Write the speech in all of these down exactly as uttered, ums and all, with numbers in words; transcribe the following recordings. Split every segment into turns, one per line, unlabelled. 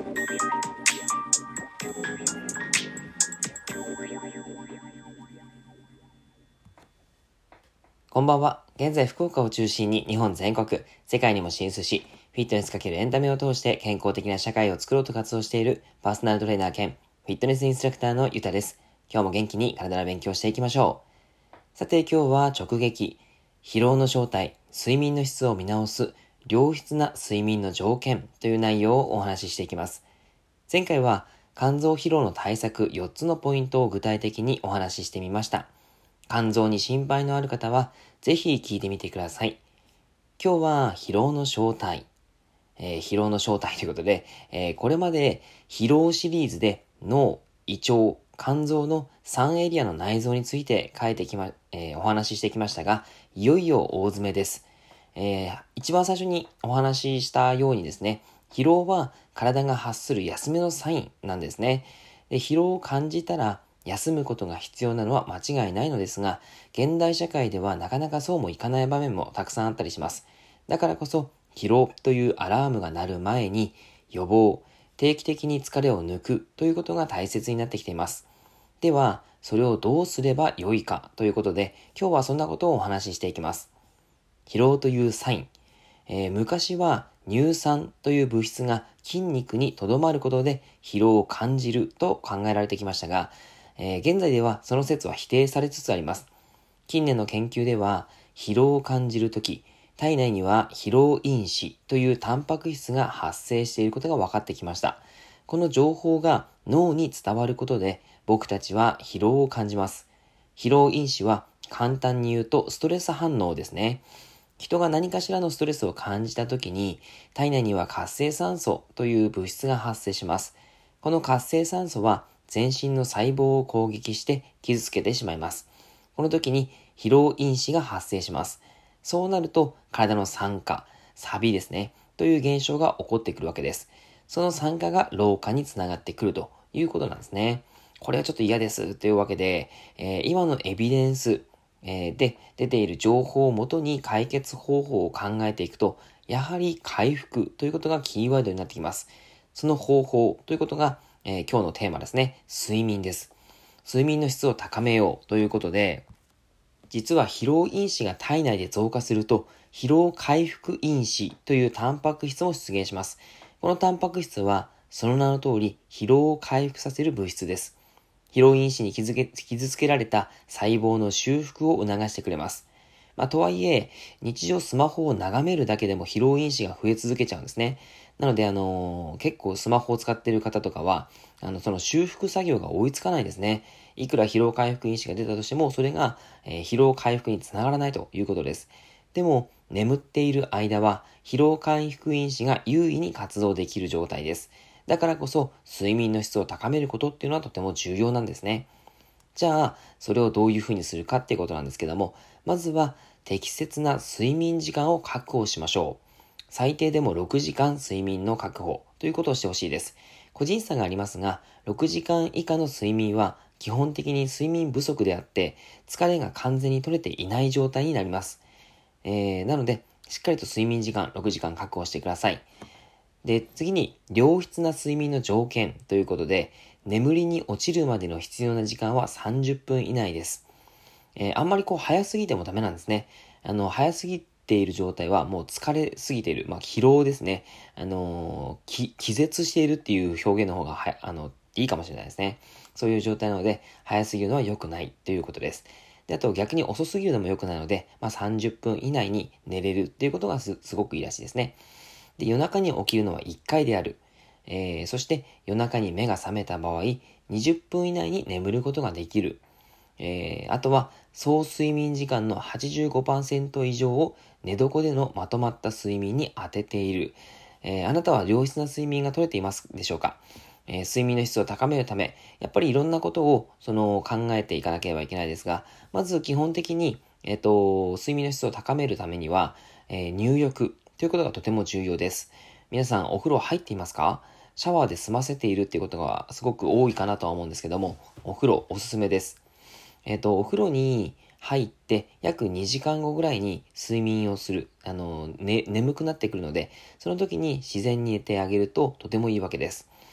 こんばんは。現在福岡を中心に日本全国、世界にも進出し、フィットネス×エンタメを通して健康的な社会を作ろうと活動しているパーソナルトレーナー兼フィットネスインストラクターのゆたです。今日も元気に体の勉強していきましょう。さて今日は直撃、疲労の正体、睡眠の質を見直す、良質な睡眠の条件という内容をお話ししていきます。前回は肝臓疲労の対策よっつのポイントを具体的にお話ししてみました。肝臓に心配のある方はぜひ聞いてみてください。今日は疲労の正体、えー、疲労の正体ということで、えー、これまで疲労シリーズで脳、胃腸、肝臓のさんエリアの内臓について書いてきま、えー、お話ししてきましたが、いよいよ大詰めです。えー、一番最初にお話ししたようにですね、疲労は体が発する休めのサインなんですね。で、疲労を感じたら休むことが必要なのは間違いないのですが、現代社会ではなかなかそうもいかない場面もたくさんあったりします。だからこそ、疲労というアラームが鳴る前に、予防、定期的に疲れを抜くということが大切になってきています。では、それをどうすればよいかということで、今日はそんなことをお話ししていきます。疲労というサイン。えー、昔は乳酸という物質が筋肉に留まることで疲労を感じると考えられてきましたが、えー、現在ではその説は否定されつつあります。近年の研究では疲労を感じるとき、体内には疲労因子というタンパク質が発生していることが分かってきました。この情報が脳に伝わることで僕たちは疲労を感じます。疲労因子は簡単に言うとストレス反応ですね。人が何かしらのストレスを感じたときに、体内には活性酸素という物質が発生します。この活性酸素は全身の細胞を攻撃して傷つけてしまいます。この時に疲労因子が発生します。そうなると体の酸化、錆ですね、という現象が起こってくるわけです。その酸化が老化につながってくるということなんですね。これはちょっと嫌ですというわけで、えー、今のエビデンス、えー、で出ている情報をもとに解決方法を考えていくと、やはり回復ということがキーワードになってきます。その方法ということが、えー、今日のテーマですね。睡眠です。睡眠の質を高めようということで、実は疲労因子が体内で増加すると、疲労回復因子というタンパク質も出現します。このタンパク質は、その名の通り疲労を回復させる物質です。疲労因子に傷け傷つけられた細胞の修復を促してくれます。まあ、とはいえ、日常スマホを眺めるだけでも疲労因子が増え続けちゃうんですね。なので、あのー、結構スマホを使っている方とかは、あの、その修復作業が追いつかないですね。いくら疲労回復因子が出たとしても、それが、えー、疲労回復につながらないということです。でも、眠っている間は、疲労回復因子が優位に活動できる状態です。だからこそ、睡眠の質を高めることっていうのはとても重要なんですね。じゃあ、それをどういうふうにするかっていうことなんですけども、まずは適切な睡眠時間を確保しましょう。最低でもろくじかん睡眠の確保ということをしてほしいです。個人差がありますが、ろくじかん以下の睡眠は基本的に睡眠不足であって、疲れが完全に取れていない状態になります。えー、なので、しっかりと睡眠時間ろくじかん確保してください。で、次に、良質な睡眠の条件ということで、眠りに落ちるまでの必要な時間はさんじゅっぷん以内です。えー、あんまりこう早すぎてもダメなんですね。あの、早すぎている状態はもう疲れすぎている。まあ、疲労ですね。あのー、気絶しているっていう表現の方がは、あの、いいかもしれないですね。そういう状態なので、早すぎるのは良くないということです。で、あと逆に遅すぎるのも良くないので、まあ、さんじゅっぷん以内に寝れるっていうことがす、すごくいいらしいですね。で、夜中に起きるのはいっかいである。えー、そして夜中に目が覚めた場合、にじゅっぷん以内に眠ることができる。えー、あとは、総睡眠時間のはちじゅうごパーセント以上を寝床でのまとまった睡眠に当てている。えー、あなたは良質な睡眠が取れていますでしょうか？えー、睡眠の質を高めるため、やっぱりいろんなことをその考えていかなければいけないですが、まず基本的に、えっと、睡眠の質を高めるためには、えー、入浴ということがとても重要です。皆さんお風呂入っていますか？シャワーで済ませているっていうことがすごく多いかなとは思うんですけども、お風呂おすすめです。えっと、お風呂に入って約にじかんごぐらいに睡眠をする。あの、ね、眠くなってくるので、その時に自然に寝てあげるととてもいいわけです。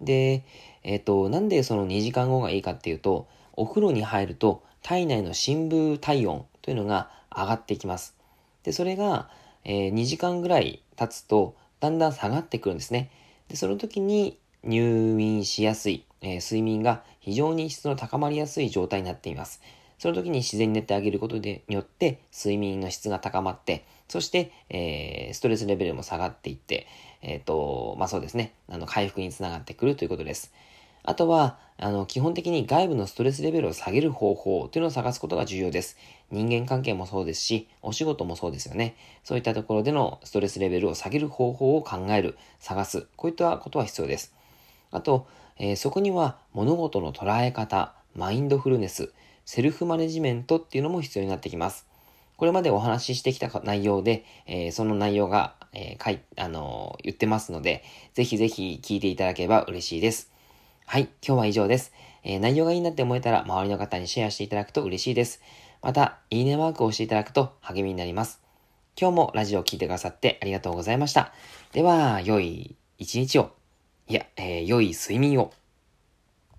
で、えっと、なんでそのにじかんごがいいかっていうと、お風呂に入ると体内の深部体温というのが上がってきます。で、それが、えー、にじかんぐらい経つとだんだん下がってくるんですね。で、その時に入眠しやすい、えー、睡眠が非常に質の高まりやすい状態になっています。その時に自然に寝てあげることでによって睡眠の質が高まって、そして、えー、ストレスレベルも下がっていって、えっと、まあそうですね、あの回復につながってくるということです。あとは、あの、基本的に外部のストレスレベルを下げる方法というのを探すことが重要です。人間関係もそうですし、お仕事もそうですよね。そういったところでのストレスレベルを下げる方法を考える、探す、こういったことは必要です。あと、えーそこには物事の捉え方、マインドフルネス、セルフマネジメントっていうのも必要になってきます。これまでお話ししてきた内容で、えーその内容が、えー書い、あのー言ってますので、ぜひぜひ聞いていただければ嬉しいです。はい、今日は以上です。えー内容がいいなって思えたら周りの方にシェアしていただくと嬉しいです。また、いいねマークを押していただくと励みになります。今日もラジオを聞いてくださってありがとうございました。では、良い一日を、いや、えー良い睡眠を。